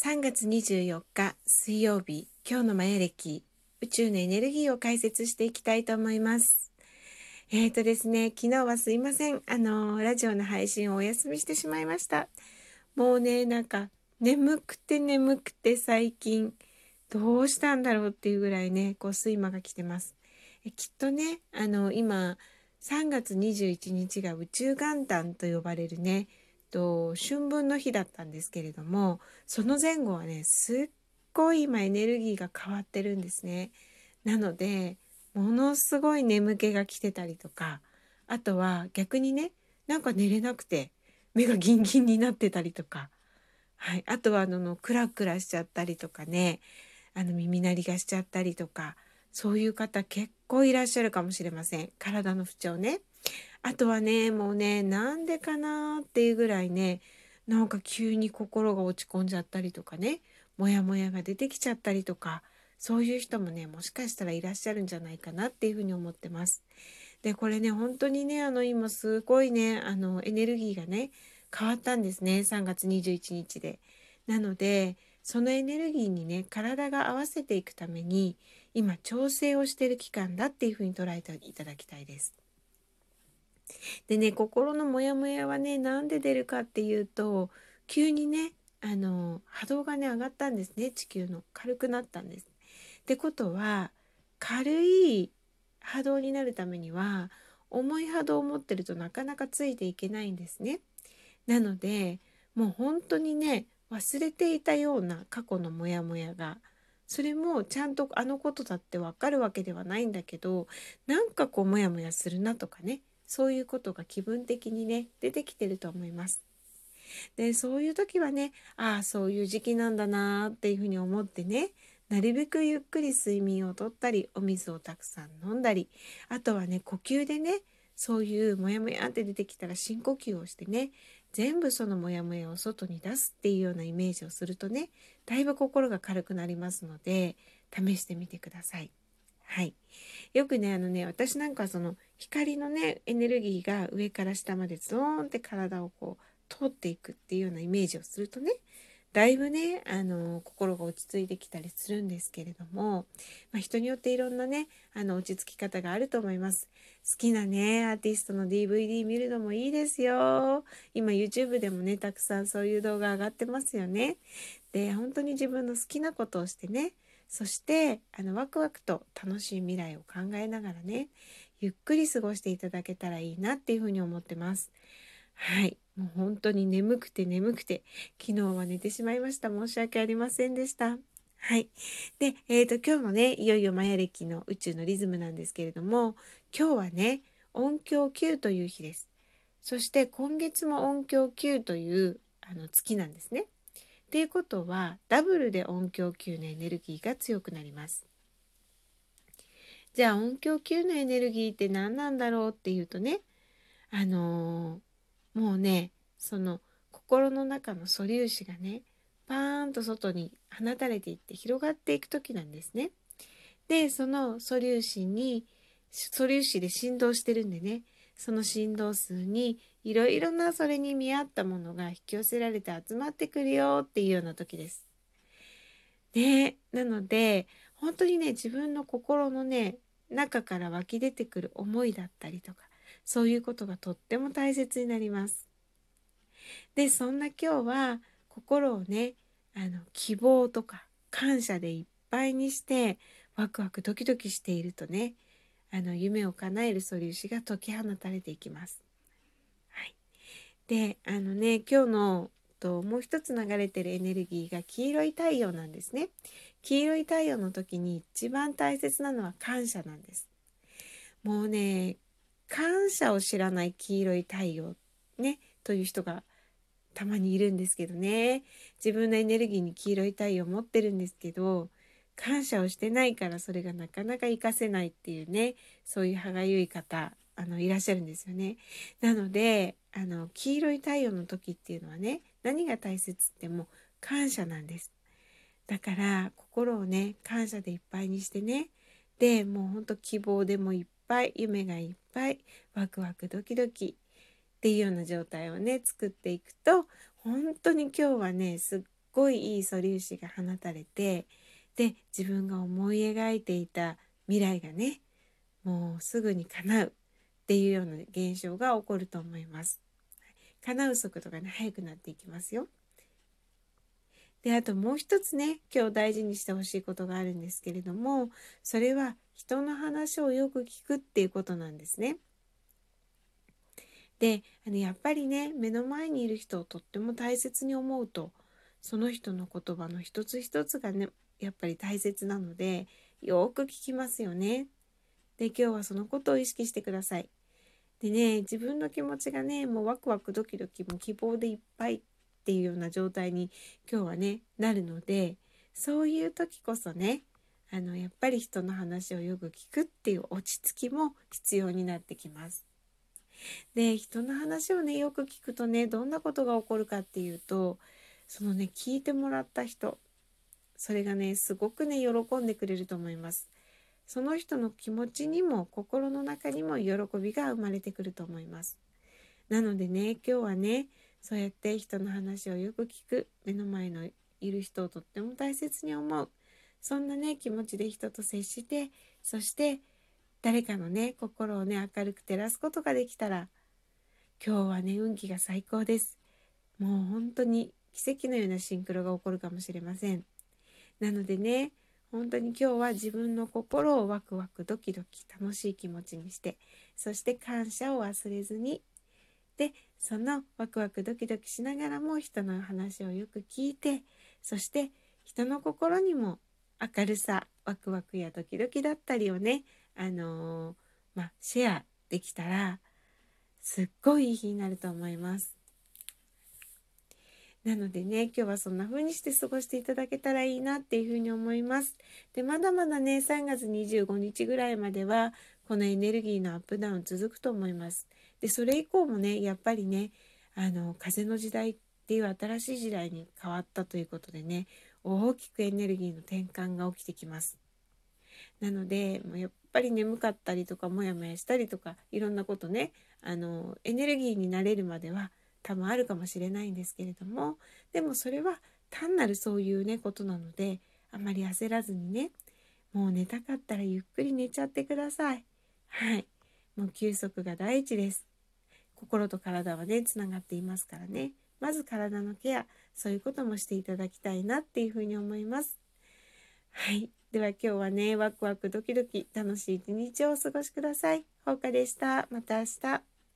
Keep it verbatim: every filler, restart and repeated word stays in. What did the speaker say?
さんがつにじゅうよっか水曜日、今日のマヤ暦、宇宙のエネルギーを解説していきたいと思います。えーとですね、昨日はすいません。あの、ラジオの配信をお休みしてしまいました。もうね、なんか、眠くて眠くて最近、どうしたんだろうっていうぐらいね、こう、睡魔が来てます。えきっとね、あの、今、さんがつにじゅういちにちが宇宙元旦と呼ばれるね、と春分の日だったんですけれども、その前後はね、すっごい今エネルギーが変わってるんですね。なので、ものすごい眠気が来てたりとか、あとは逆にね、なんか寝れなくて目がギンギンになってたりとか、はい、あとはあのクラクラしちゃったりとかね、あの耳鳴りがしちゃったりとか、そういう方結構いらっしゃるかもしれません。体の不調ね。あとはね、もうね、なんでかなっていうぐらいね、なんか急に心が落ち込んじゃったりとかね、モヤモヤが出てきちゃったりとか、そういう人もね、もしかしたらいらっしゃるんじゃないかなっていうふうに思ってます。で、これね、本当にね、あの、今すごいね、あの、エネルギーがね、変わったんですね、さんがつにじゅういちにちで。なので、そのエネルギーにね、体が合わせていくために、今、調整をしている期間だっていうふうに捉えていただきたいです。でね、心のモヤモヤはね、なんで出るかっていうと、急にね、あの、波動がね、上がったんですね、地球の。軽くなったんです。ってことは、軽い波動になるためには、重い波動を持ってるとなかなかついていけないんですね。なので、もう本当にね、忘れていたような過去のモヤモヤが、それもちゃんとあのことだってわかるわけではないんだけど、なんかこうモヤモヤするなとかね、そういうことが気分的にね、出てきてると思います。で、そういう時はね、ああ、そういう時期なんだなーっていうふうに思ってね、なるべくゆっくり睡眠をとったり、お水をたくさん飲んだり、あとはね、呼吸でね、そういうモヤモヤって出てきたら深呼吸をしてね、全部そのモヤモヤを外に出すっていうようなイメージをするとね、だいぶ心が軽くなりますので、試してみてください。はい。よくね、あのね、私なんかその光のね、エネルギーが上から下までゾーンって体をこう通っていくっていうようなイメージをするとね、だいぶね、あの心が落ち着いてきたりするんですけれども、まあ、人によっていろんなね、あの落ち着き方があると思います。好きなね、アーティストの ディーブイディー 見るのもいいですよ。今 YouTube でもね、たくさんそういう動画上がってますよね。で、本当に自分の好きなことをしてね、そしてあのワクワクと楽しい未来を考えながらね、ゆっくり過ごしていただけたらいいなっていうふうに思ってます。はい、もう本当に眠くて眠くて、昨日は寝てしまいました。申し訳ありませんでした。はい。で、えーと、今日のね、いよいよマヤ暦の宇宙のリズムなんですけれども、今日はね、音響きゅうという日です。そして今月も音響きゅうというあの月なんですね。っていうことは、ダブルで音響きゅうのエネルギーが強くなります。じゃあ音響きゅうのエネルギーって何なんだろうっていうとね、あのーもうね、その心の中の素粒子がね、パーンと外に放たれていって広がっていく時なんですね。で、その素粒子に、素粒子で振動してるんでね、その振動数にいろいろなそれに見合ったものが引き寄せられて集まってくるよっていうような時です。ね、なので本当にね、自分の心のね、中から湧き出てくる思いだったりとか、そういうことがとっても大切になります。で、そんな今日は心をね、あの希望とか感謝でいっぱいにして、ワクワクドキドキしているとね、あの夢を叶える素粒子が解き放たれていきます。はい。で、あのね、今日のともう一つ流れてるエネルギーが黄色い太陽なんですね。黄色い太陽の時に一番大切なのは感謝なんです。もうね、感謝を知らない黄色い太陽ねという人がたまにいるんですけどね。自分のエネルギーに黄色い太陽を持ってるんですけど、感謝をしてないからそれがなかなか活かせないっていうね、そういう歯がゆい方あのいらっしゃるんですよね。なのであの黄色い太陽の時っていうのはね、何が大切ってもう感謝なんです。だから心をね、感謝でいっぱいにしてね、でもうほんと希望でもいっぱい、夢がいっぱい、ワクワクドキドキっていうような状態をね、作っていくと、本当に今日はね、すっごいいい素粒子が放たれて、で自分が思い描いていた未来がね、もうすぐに叶うっていうような現象が起こると思います。叶う速度がね速くなっていきますよ。であともう一つね、今日大事にしてほしいことがあるんですけれども、それは人の話をよく聞くっていうことなんですね。であのやっぱりね、目の前にいる人をとっても大切に思うと、その人の言葉の一つ一つがねやっぱり大切なので、よく聞きますよね。で今日はそのことを意識してください。でね、自分の気持ちがねもうワクワクドキドキも希望でいっぱいっていうような状態に今日はねなるので、そういう時こそね、あのやっぱり人の話をよく聞くっていう落ち着きも必要になってきます。で人の話をねよく聞くとね、どんなことが起こるかっていうと、そのね聞いてもらった人、それがねすごくね喜んでくれると思います。その人の気持ちにも心の中にも喜びが生まれてくると思います。なのでね、今日はね、そうやって人の話をよく聞く、目の前のいる人をとっても大切に思う、そんなね気持ちで人と接して、そして誰かのね心をね明るく照らすことができたら、今日はね運気が最高です。もう本当に奇跡のようなシンクロが起こるかもしれません。なのでね、本当に今日は自分の心をワクワクドキドキ楽しい気持ちにして、そして感謝を忘れずに、でそのワクワクドキドキしながらも人の話をよく聞いて、そして人の心にも明るさ、ワクワクやドキドキだったりをね、あのーまあ、シェアできたらすっごいいい日になると思います。なのでね、今日はそんな風にして過ごしていただけたらいいなっていうふうに思います。で、まだまだね、さんがつにじゅうごにちぐらいまでは、このエネルギーのアップダウン続くと思います。で、それ以降もね、やっぱりね、あの、風の時代っていう新しい時代に変わったということでね、大きくエネルギーの転換が起きてきます。なので、もうやっぱり眠かったりとか、もやもやしたりとか、いろんなことね、あの、エネルギーになれるまでは、多分あるかもしれないんですけれども、でもそれは単なるそういうねことなので、あまり焦らずにね、もう寝たかったらゆっくり寝ちゃってください。はい、もう休息が第一です。心と体はねつながっていますからね、まず体のケア、そういうこともしていただきたいなっていうふうに思います。はい、では今日はねワクワクドキドキ楽しい一日をお過ごしください。ほうかでした。また明日。